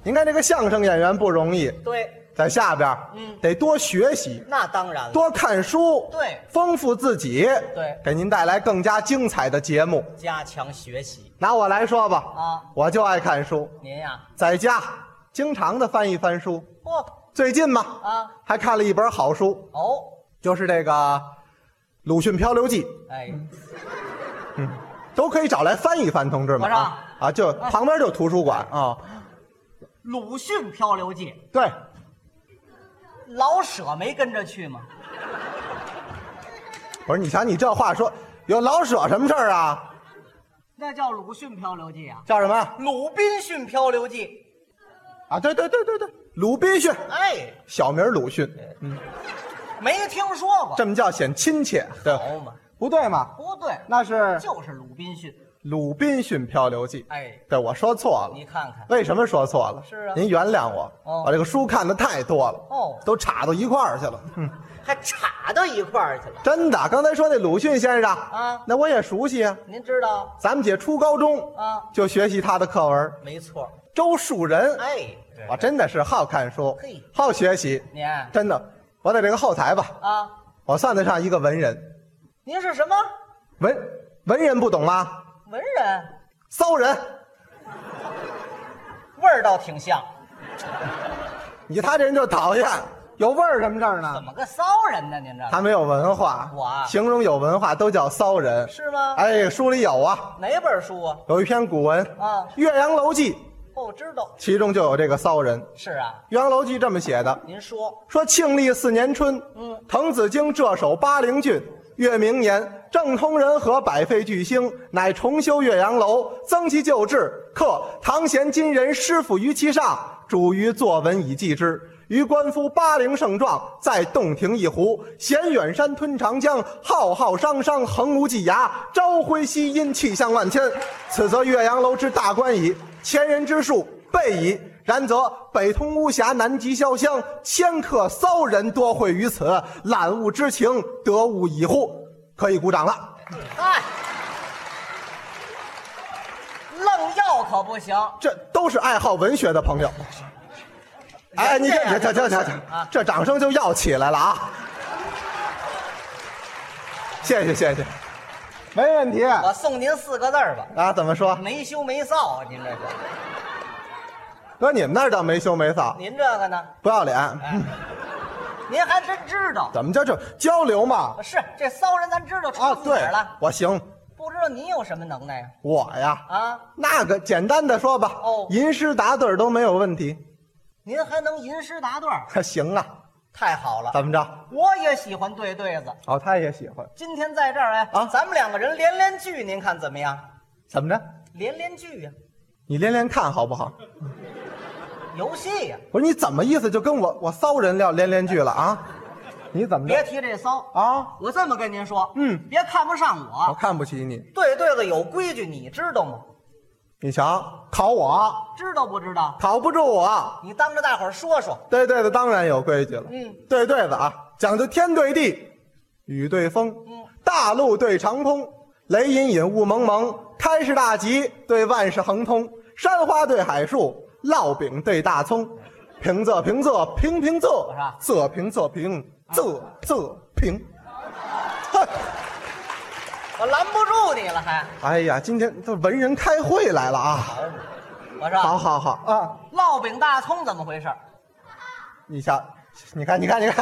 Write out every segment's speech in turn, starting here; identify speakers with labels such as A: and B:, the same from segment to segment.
A: 您看这个相声演员不容易，
B: 对，
A: 在下边，得多学习，
B: 那当然了，
A: 多看书，
B: 对，
A: 丰富自己，
B: 对，
A: 给您带来更加精彩的节目。
B: 加强学习
A: 拿我来说吧，
B: 啊。
A: 我就爱看书，
B: 您呀，
A: 在家经常的翻一翻书。
B: 嚯
A: 最近嘛，
B: 啊，
A: 还看了一本好书，
B: 哦，
A: 就是这个《鲁迅漂流记》，
B: 哎，
A: 都可以找来翻一翻，同志们
B: 我说
A: 啊，就旁边就图书馆啊。
B: 鲁迅漂流记，
A: 对，
B: 老舍没跟着去吗？
A: 不是，你瞧你这话说，有老舍什么事儿啊？
B: 那叫鲁迅漂流记啊，
A: 叫什么
B: 鲁滨逊漂流记。
A: 啊？对，鲁滨逊，
B: 哎，
A: 小名鲁迅，
B: 没听说过。
A: 这么叫显亲切，对，
B: 好嘛，
A: 不对嘛？
B: 不对，
A: 那是
B: 就是鲁滨逊。
A: 鲁滨逊漂流记。
B: 哎，
A: 对，我说错了。
B: 你看看，
A: 为什么说错了？
B: 是啊
A: 您原谅我。
B: 哦
A: 我这个书看的太多了，
B: 哦
A: 都插到一块儿去了。
B: 还插到一块儿去了
A: 真的，刚才说那鲁迅先生
B: 啊？
A: 那我也熟悉啊。
B: 您知道
A: 咱们姐初高中
B: 啊？
A: 就学习他的课文，
B: 没错。
A: 周树人。
B: 哎，
A: 我真的是好看书
B: 嘿，
A: 好学习。
B: 您
A: 真的，我在这个后台吧，
B: 啊，
A: 我算得上一个文人。
B: 您是什么
A: 文人不懂吗？
B: 文人？
A: 骚人。
B: 味儿倒挺像，
A: 你他这人就讨厌，有味儿什么事儿呢
B: 怎？么个骚人呢？您这
A: 他没有文化，
B: 我啊
A: 形容有文化都叫骚人。
B: 是吗？
A: 哎，书里有啊，
B: 哪本书啊？
A: 有一篇古文
B: 啊
A: 《岳阳楼记》，
B: 哦，知道。
A: 其中就有这个骚人。《
B: 是啊，
A: 岳阳楼记》这么写的：
B: 您说，
A: 说庆历4年春，滕子京浙守巴陵郡。越明年，政通人和，百废具兴，乃重修岳阳楼，增其旧制，刻唐贤今人诗赋于其上，主于作文以记之。于官夫巴陵胜状，在洞庭一湖，衔远山吞长江，浩浩汤汤，横无际涯，朝晖夕阴，气象万千。此则岳阳楼之大观矣，前人之术备矣。然则北通巫峡，南极潇湘，迁客骚人多会于此，览物之情，得物以乎？可以鼓掌了。
B: 哎，愣要可不行。
A: 这都是爱好文学的朋友。哎，你看，这
B: 啊
A: 这掌声就要起来了啊！谢谢，没问题
B: 我送您4个字儿吧，
A: 啊。怎么说？
B: 没羞没臊啊！您这是，
A: 搁你们那儿倒没羞没臊，
B: 您这个呢？
A: 不要脸。
B: 哎，您还真知道。
A: 怎么叫这交流嘛？
B: 是这骚人，咱知道出
A: 啊，对
B: 自哪儿了？
A: 我行，
B: 不知道您有什么能耐呀？
A: 我呀，
B: 啊，
A: 那个简单的说吧，
B: 哦
A: 吟诗答对都没有问题。
B: 您还能吟诗答对儿，
A: 行啊，
B: 太好了。
A: 怎么着？
B: 我也喜欢对对子。
A: 哦，他也喜欢。
B: 今天在这儿哎，
A: 啊
B: 咱们2个人连句，您看怎么样？
A: 怎么着？
B: 连句呀，
A: 你连看好不好？
B: 游戏呀。
A: 不是你怎么意思？就跟我骚人聊连句了啊？你怎么着
B: 别提这骚，
A: 啊？
B: 我这么跟您说，别看不上
A: 我
B: 我。
A: 看不起你。
B: 对对子有规矩，你知道吗？
A: 你瞧，考我
B: 知道不知道？
A: 考不住我。
B: 你当着大伙儿说说。
A: 对对子当然有规矩了。对对子啊，讲究天对地，雨对风，大陆对长空，雷隐隐，雾蒙蒙，开市大吉对万事亨通，山花对海树，烙饼对大葱，平仄平仄平平仄，仄平仄平仄仄平。哼。
B: 我拦不住你了还。
A: 哎呀，今天都文人开会来了啊！
B: 我说
A: 好啊！
B: 烙饼大葱怎么回事？
A: 你瞧，你看，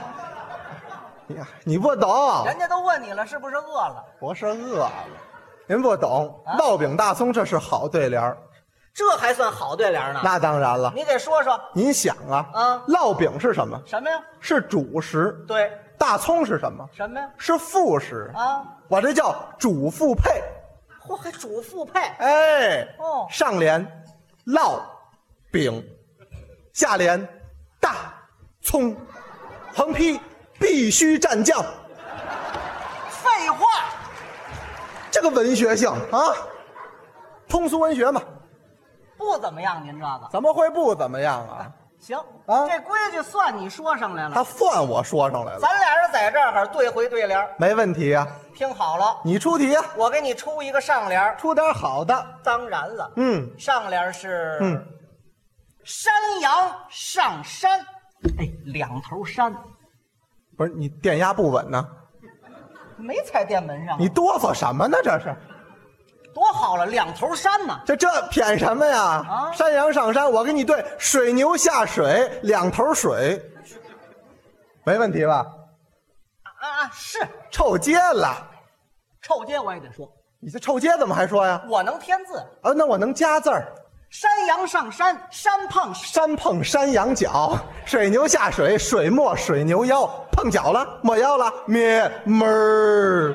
A: 你不懂，
B: 人家都问你了，是不是饿了？
A: 不是饿了，您不懂，
B: 啊
A: 烙饼大葱这是好对联儿。
B: 这还算好对联呢？
A: 那当然了，
B: 你给说说。
A: 您想啊，
B: 啊
A: 烙饼是什么？
B: 什么呀？
A: 是主食。
B: 对，
A: 大葱是什么？
B: 什么呀？
A: 是副食。
B: 啊，
A: 我这叫主副配。
B: 嚯，还主副配。
A: 哎，
B: 哦
A: 上联烙饼，下联大葱，横批必须蘸酱。
B: 废话，
A: 这个文学性啊，通俗文学嘛，
B: 不怎么样。您这个
A: 怎么会不怎么样啊？
B: 行
A: 啊
B: 这规矩算你说上来了。
A: 他算我说上来了，
B: 咱俩人在这儿对回对联，
A: 没问题啊。
B: 听好了，
A: 你出题啊，
B: 我给你出一个上联。
A: 出点好的。
B: 当然了，
A: 嗯，
B: 上联是
A: 嗯
B: 山上山，哎，两头山，
A: 不是你电压不稳呢？
B: 没踩电门上，
A: 你哆嗦什么呢？这是
B: 多好了，两头山呢。
A: 这谝什么呀？
B: 啊
A: 山羊上山，我给你对，水牛下水，两头水，没问题吧？
B: 是
A: 臭街了，
B: 臭街我也得说，
A: 你这臭街怎么还说呀？
B: 我能添字。
A: 那我能加字儿。
B: 山羊上山，山碰
A: 山碰山羊角，水牛下水，水没水牛腰，碰脚了，没腰了，灭门儿。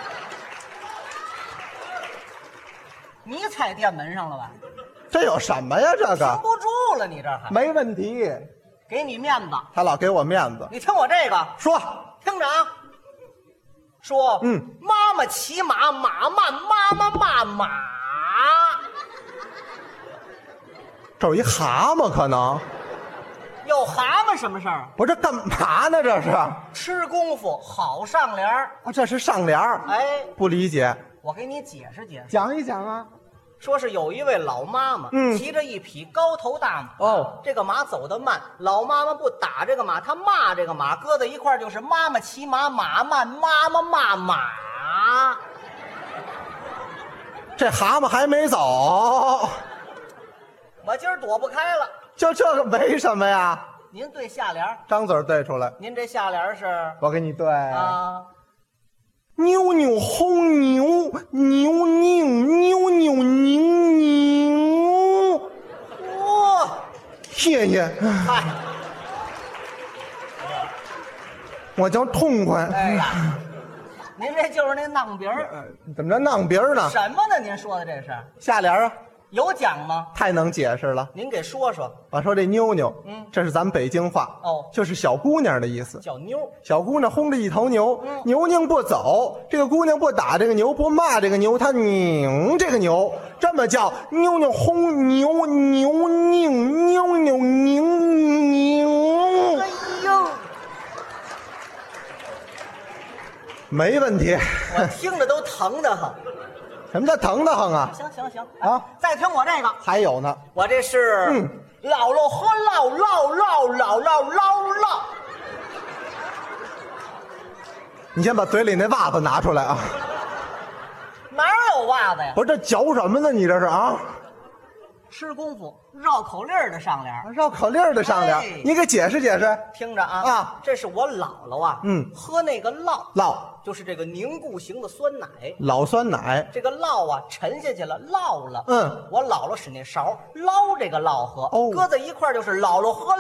B: 你踩电门上了吧？
A: 这有什么呀？这
B: 停
A: 个
B: 不住了，你这还
A: 没问题，
B: 给你面子。
A: 他老给我面子。
B: 你听我这个，
A: 说，
B: 听着啊，说，妈妈骑马，马慢，妈妈骂马。
A: 这有一蛤蟆，可能
B: 有蛤蟆什么事儿？
A: 我这干嘛呢？这是啊，
B: 吃功夫好上联儿。
A: 这是上联儿。
B: 哎，
A: 不理解，
B: 我给你解释解释。
A: 讲一讲啊。
B: 说是有一位老妈妈，骑着一匹高头大马。
A: 哦，
B: 这个马走得慢，老妈妈不打这个马，她骂这个马，搁在一块儿就是妈妈骑马，马慢，妈妈骂马。
A: 这蛤蟆还没走，
B: 我今儿躲不开了。
A: 就这个没什么呀。
B: 您对下联儿，
A: 张嘴对出来，
B: 您这下联儿是
A: 我给你对。
B: 牛
A: 牛红牛，牛拧牛牛拧拧。
B: 哇，
A: 谢谢，
B: 嗨，
A: 我叫痛快。
B: 哎呀，您这就是那囊鼻儿。
A: 怎么着囊鼻儿呢？
B: 什么呢？您说的这是
A: 下联啊，
B: 有讲吗？
A: 太能解释了。
B: 您给说说。
A: 我说这妞妞，这是咱北京话，
B: 哦
A: 就是小姑娘的意思。
B: 叫妞，
A: 小姑娘轰着一头牛，牛拧不走，这个姑娘不打这个牛，不骂这个牛，她拧这个牛，这么叫妞妞轰牛，牛拧妞妞拧拧。
B: 哎呦，
A: 没问题。
B: 我听着都疼得很。
A: 什么叫疼得慌啊？
B: 行，
A: 啊，
B: 再听我这个，
A: 还有呢，
B: 我这是姥姥和姥，
A: 你先把嘴里那袜子拿出来啊！
B: 哪有袜子呀？
A: 不是这嚼什么呢？你这是啊？
B: 吃功夫绕口令儿的上联儿，
A: 绕口令儿的上联，
B: 哎
A: 你给解释解释。
B: 听着啊，这是我姥姥啊，喝那个酪，就是这个凝固型的酸奶，
A: 老酸奶，
B: 这个酪啊沉下去了，落了。我姥姥使那勺捞这个酪喝，搁在一块儿就是姥姥喝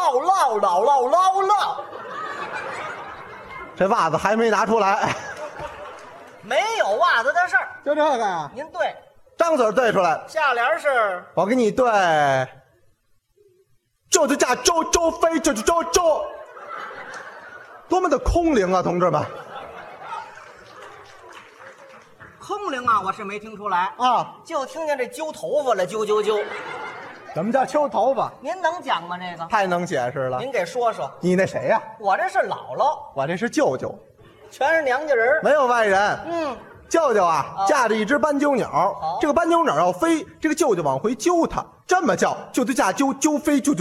B: 酪。
A: 这袜子还没拿出来，
B: 没有袜子的事儿，
A: 就这个呀？
B: 您对，
A: 张嘴对出来。
B: 下联是，
A: 我给你对，就是驾周飞，就是周，多么的空灵啊，同志们！
B: 空灵啊，我是没听出来
A: 啊，
B: 就听见这揪头发了，揪。
A: 什么叫揪头发？
B: 您能讲吗？这个
A: 太能解释了。
B: 您给说说。
A: 你那谁呀？
B: 我这是姥姥，
A: 我这是舅舅，
B: 全是娘家人，
A: 没有外人。舅舅啊，架着一只斑鸠鸟，这个斑鸠鸟要飞，这个舅舅往回揪它，这么叫，舅舅架揪飞，啾。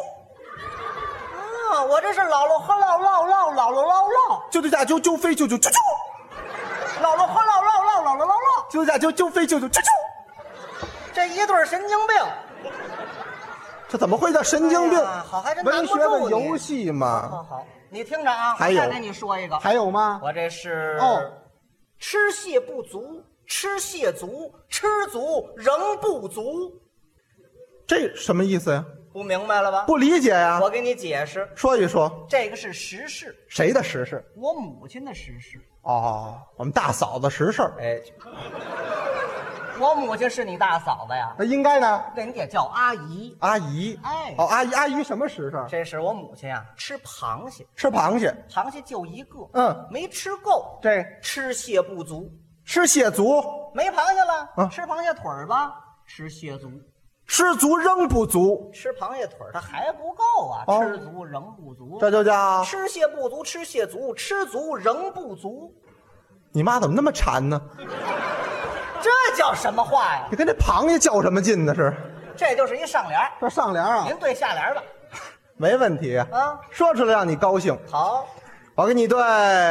B: 我这是姥姥喝姥，
A: 舅舅架揪飞，啾。
B: 姥姥喝姥，
A: 舅舅架揪飞，啾。
B: 这一对神经病，
A: 这怎么会叫神经病？
B: 好，还真难不住你。
A: 文学的游戏嘛。
B: 好，你听着啊，
A: 还有，
B: 我再给你说一个。
A: 还有吗？
B: 我这是吃蟹不足，吃蟹足，吃足仍不足。
A: 这什么意思呀？
B: 不明白了吧？
A: 不理解呀。
B: 我给你解释，
A: 说一说。
B: 这个是实事。
A: 谁的实事？
B: 我母亲的实事。
A: 哦，我们大嫂子实事。
B: 哎，我母亲是你大嫂子呀？
A: 那应该呢？
B: 那你得叫阿姨。
A: 阿姨，
B: 哎，
A: 阿姨什么实事？
B: 这是我母亲呀，吃螃蟹。
A: 吃螃蟹，
B: 螃蟹就一个，没吃够。
A: 这
B: 吃蟹不足，
A: 吃蟹足，
B: 没螃蟹了，吃螃蟹腿儿吧，吃蟹足。
A: 吃足仍不足，
B: 吃螃蟹腿它还不够啊！吃足仍不足，
A: 这就叫
B: 吃蟹不足，吃蟹足，吃足仍不足。
A: 你妈怎么那么馋呢？
B: 这叫什么话呀？
A: 你跟这螃蟹较什么劲呢？是
B: 这就是一上联儿，
A: 这上联啊，
B: 您对下联吧。
A: 没问题
B: 啊，
A: 说出来让你高兴。
B: 好，
A: 我给你对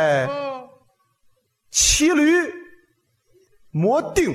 A: 骑驴磨腚，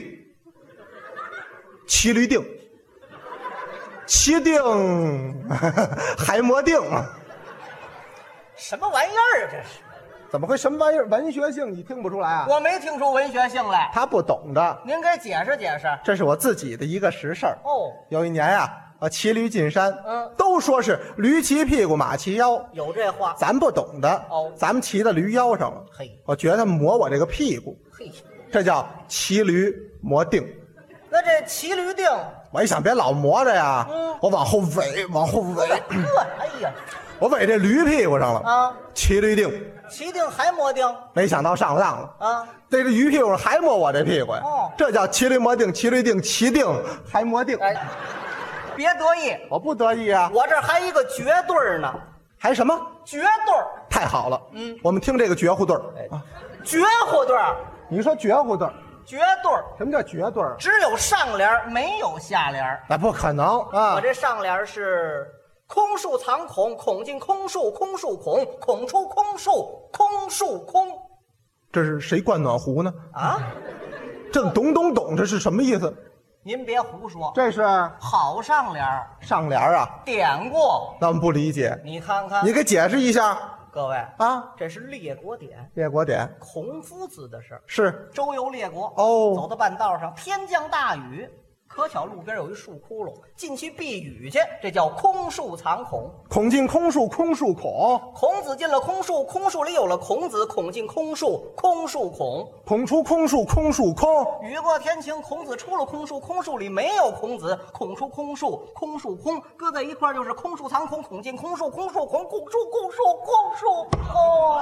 A: 骑驴腚，骑腚还磨腚，
B: 什么玩意儿啊？这是？
A: 怎么会什么玩意儿？文学性你听不出来啊？
B: 我没听出文学性来。
A: 他不懂的，
B: 您给解释解释。
A: 这是我自己的一个实事儿。
B: 哦，
A: 有一年呀，我骑驴进山，
B: 嗯，
A: 都说是驴骑屁股马骑腰，
B: 有这话。
A: 咱不懂的
B: 哦
A: 咱们骑到驴腰上了。
B: 嘿，
A: 我觉得他磨我这个屁股，
B: 嘿，
A: 这叫骑驴磨腚。
B: 那这骑驴腚，
A: 我一想，别老磨着呀，
B: 嗯
A: 我往后尾，往后尾，
B: 哎呀，
A: 我尾这驴屁股上了
B: 啊，
A: 骑驴腚，
B: 骑腚还磨腚
A: 没想到上当了
B: 啊！
A: 这驴屁股上还磨我这屁股呀，
B: 哦
A: 这叫骑驴磨腚，骑驴腚，骑腚还磨腚。
B: 哎，别得意，
A: 我不得意啊，
B: 我这还一个绝对儿呢，
A: 还什么？
B: 绝对儿，
A: 太好了，
B: 嗯，
A: 我们听这个绝户对儿啊。
B: 绝户对儿，
A: 你说绝户对儿，
B: 绝对儿，
A: 什么叫绝对儿？
B: 只有上联儿没有下联儿。
A: 那不可能啊！
B: 我这上联儿是空树藏孔，孔进空树，空树孔，孔出空树，空树空。
A: 这是谁灌暖壶呢？
B: 啊，
A: 这懂，这是什么意思？
B: 您别胡说，
A: 这是
B: 好上联儿，
A: 上联啊，
B: 典故，
A: 那我们不理解，
B: 你看看，
A: 你给解释一下
B: 各位，
A: 啊。
B: 这是列国典，
A: 列国典
B: 孔夫子的事儿。
A: 是
B: 周游列国，
A: 哦
B: 走到半道上，天降大雨，可巧路边有一树窟窿，进去避雨去，这叫空树藏孔。
A: 孔进空树，空树孔，
B: 孔子进了空树，空树里有了孔子，孔进空树，空树孔。
A: 孔出空树，空树空。
B: 雨过天晴，孔子出了空树，空树里没有孔子，孔出空树，空树空，搁在一块儿就是空树藏孔，孔进空树，空树孔，孔出空树，空树空。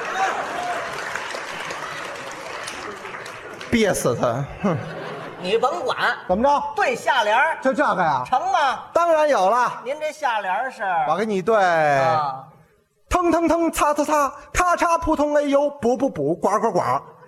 A: 憋死他！哼，
B: 你甭管，
A: 怎么着？
B: 对下联儿
A: 就这个呀？
B: 成吗？
A: 当然有了。
B: 您这下联儿是
A: 我给你对，
B: 啊，
A: 腾腾腾，擦擦擦，咔嚓扑通，哎呦，补补补，呱呱呱。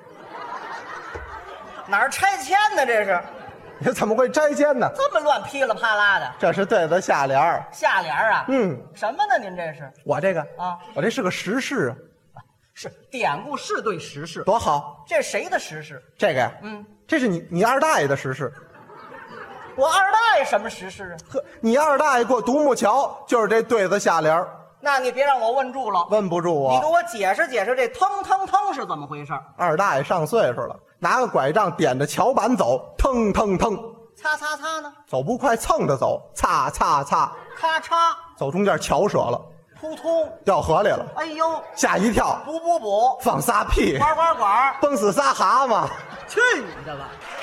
B: 哪儿拆迁呢？这是
A: 你怎么会摘尖呢？
B: 这么乱噼里啪啦的
A: 这是对的下联儿。
B: 下联儿啊？
A: 嗯，
B: 什么呢？您这是
A: 我这个
B: 啊，
A: 我这是个时事啊，
B: 是典故，是对时事。
A: 多好。
B: 这是谁的时事？
A: 这个呀，
B: 嗯，
A: 这是你二大爷的时事。
B: 我二大爷什么时事啊？
A: 呵，你二大爷过独木桥就是这对子下联儿，
B: 那你别让我问住了，
A: 问不住
B: 你给
A: 我。
B: 我解释解释这腾腾腾是怎么回事？
A: 二大爷上岁数了，拿个拐杖点着桥板走，腾腾腾，
B: 擦擦擦呢？
A: 走不快蹭着走，擦擦擦，
B: 咔嚓，
A: 走中间桥折了，
B: 扑通，
A: 掉河里了，
B: 哎呦，
A: 吓一跳，
B: 补补补，
A: 放仨屁，
B: 呱呱呱，
A: 崩死仨蛤蟆。
B: 去你的吧！